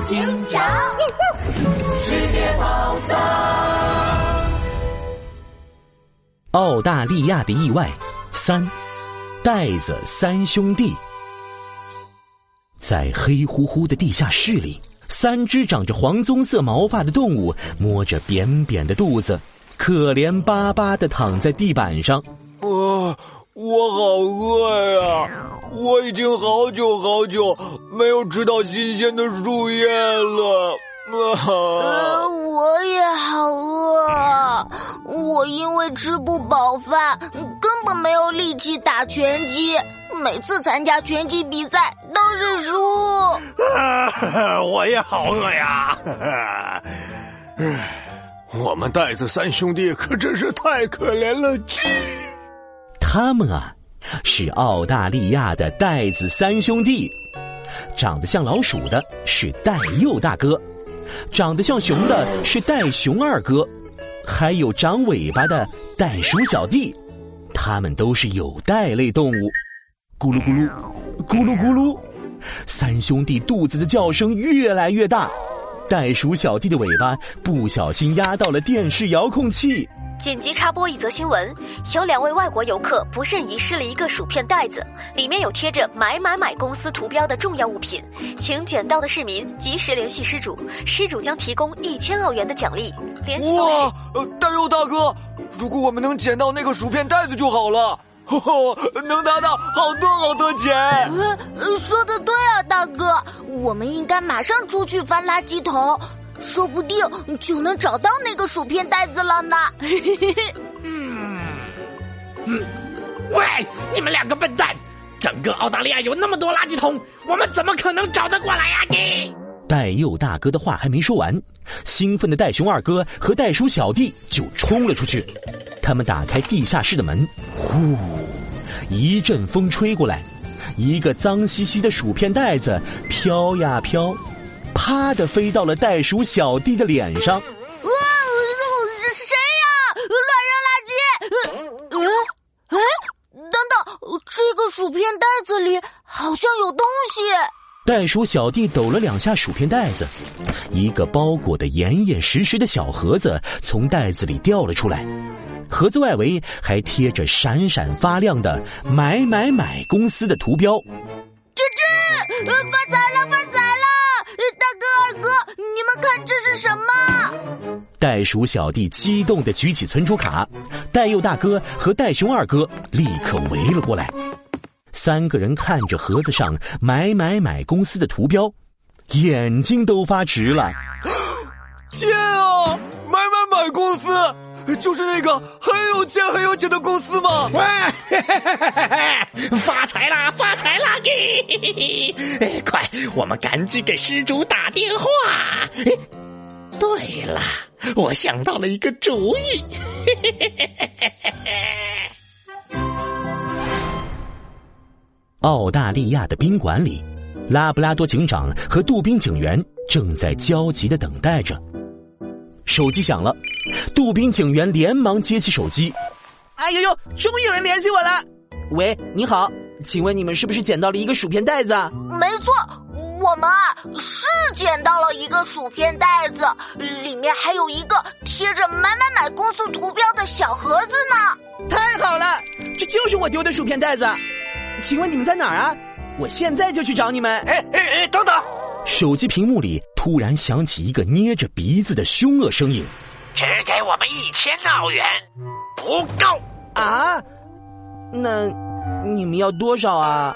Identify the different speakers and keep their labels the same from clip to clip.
Speaker 1: 警长，世界宝藏。
Speaker 2: 澳大利亚的意外3，袋子三兄弟。在黑乎乎的地下室里，3只长着黄棕色毛发的动物摸着扁扁的肚子，可怜巴巴地躺在地板上。
Speaker 3: 我好饿呀！我已经好久没有吃到新鲜的树叶了。
Speaker 4: 我也好饿啊！我因为吃不饱饭，根本没有力气打拳击。每次参加拳击比赛都是输。
Speaker 5: 我也好饿呀！
Speaker 3: 我们袋子三兄弟可真是太可怜了。
Speaker 2: 他们啊，是澳大利亚的袋子三兄弟。长得像老鼠的是袋鼬大哥，长得像熊的是袋熊二哥，还有长尾巴的袋鼠小弟。他们都是有袋类动物。咕噜咕噜，咕噜咕噜，三兄弟肚子的叫声越来越大。袋鼠小弟的尾巴不小心压到了电视遥控器。
Speaker 6: 紧急插播一则新闻，有2位外国游客不慎遗失了一个薯片袋子，里面有贴着买公司图标的重要物品，请捡到的市民及时联系失主，失主将提供1000澳元的奖励。联系
Speaker 3: 哇，袋鼬大哥，如果我们能捡到那个薯片袋子就好了，能拿到好多钱。
Speaker 4: 说得对啊，大哥，我们应该马上出去翻垃圾桶，说不定就能找到那个薯片袋子了呢。
Speaker 5: 喂，你们2个笨蛋！整个澳大利亚有那么多垃圾桶，我们怎么可能找得过来呀？你！
Speaker 2: 袋鼬大哥的话还没说完，兴奋的袋熊二哥和袋鼠小弟就冲了出去。他们打开地下室的门，呼，一阵风吹过来，一个脏兮兮的薯片袋子飘呀飘，啪地飞到了袋鼠小弟的脸上。
Speaker 4: 哇，谁呀？乱扔垃圾！等等，这个薯片袋子里好像有东西。
Speaker 2: 袋鼠小弟抖了2下薯片袋子，一个包裹得严严实实的小盒子从袋子里掉了出来，盒子外围还贴着闪闪发亮的买公司的图标。
Speaker 4: 发财了！大哥二哥，你们看这是什么？
Speaker 2: 袋鼠小弟激动地举起存储卡，袋鼬大哥和袋熊二哥立刻围了过来。3个人看着盒子上买公司的图标，眼睛都发直了。
Speaker 3: 天啊，买公司就是那个很有钱的公司吗？
Speaker 5: 发财啦！快，我们赶紧给失主打电话。对了，我想到了一个主意。
Speaker 2: 澳大利亚的宾馆里，拉布拉多警长和杜宾警员正在焦急地等待着。手机响了，杜宾警员连忙接起手机。
Speaker 7: 哎呦，终于有人联系我了。喂，你好，请问你们是不是捡到了一个薯片袋子？
Speaker 4: 没错，我们是捡到了一个薯片袋子，里面还有一个贴着买公司图标的小盒子呢。
Speaker 7: 太好了，这就是我丢的薯片袋子。请问你们在哪儿啊？我现在就去找你们。
Speaker 5: 等等！
Speaker 2: 手机屏幕里突然响起一个捏着鼻子的凶恶声音：
Speaker 5: 只给我们1000澳元，不够
Speaker 7: 啊？那你们要多少啊？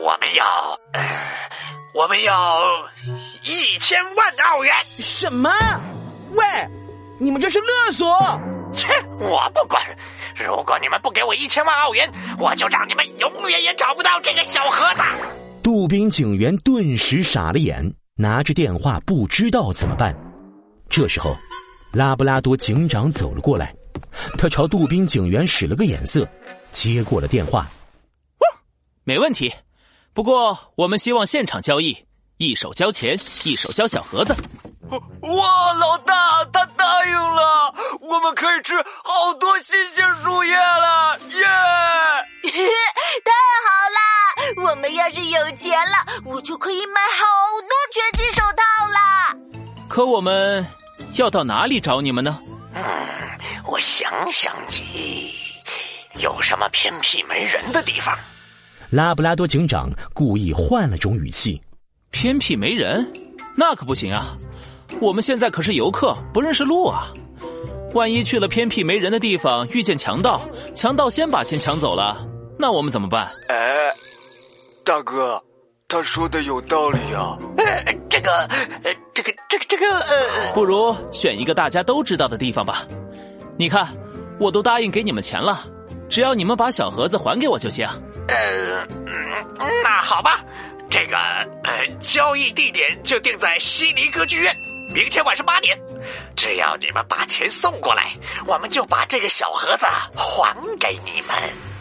Speaker 5: 我们要1000万澳元。
Speaker 7: 什么？喂，你们这是勒索！
Speaker 5: 切，我不管。如果你们不给我1000万澳元，我就让你们永远也找不到这个小盒子。
Speaker 2: 杜宾警员顿时傻了眼，拿着电话不知道怎么办。这时候，拉布拉多警长走了过来，他朝杜宾警员使了个眼色，接过了电话。
Speaker 8: 没问题，不过我们希望现场交易，一手交钱，一手交小盒子。
Speaker 3: 哇，老大，他答应了，我们可以吃好多新鲜树叶了，耶！
Speaker 4: 太好啦！我们要是有钱了，我就可以买好多拳击手套啦。
Speaker 8: 可我们要到哪里找你们呢？
Speaker 5: 我想想起有什么偏僻没人的地方。
Speaker 2: 拉布拉多警长故意换了种语气。
Speaker 8: 偏僻没人？那可不行啊！我们现在可是游客，不认识路啊！万一去了偏僻没人的地方遇见强盗，强盗先把钱抢走了，那我们怎么办？
Speaker 3: 大哥，他说的有道理啊。
Speaker 8: 不如选一个大家都知道的地方吧。你看，我都答应给你们钱了，只要你们把小盒子还给我就行。
Speaker 5: 那好吧，这个交易地点就定在悉尼歌剧院，明天晚上8点。只要你们把钱送过来，我们就把这个小盒子还给你们。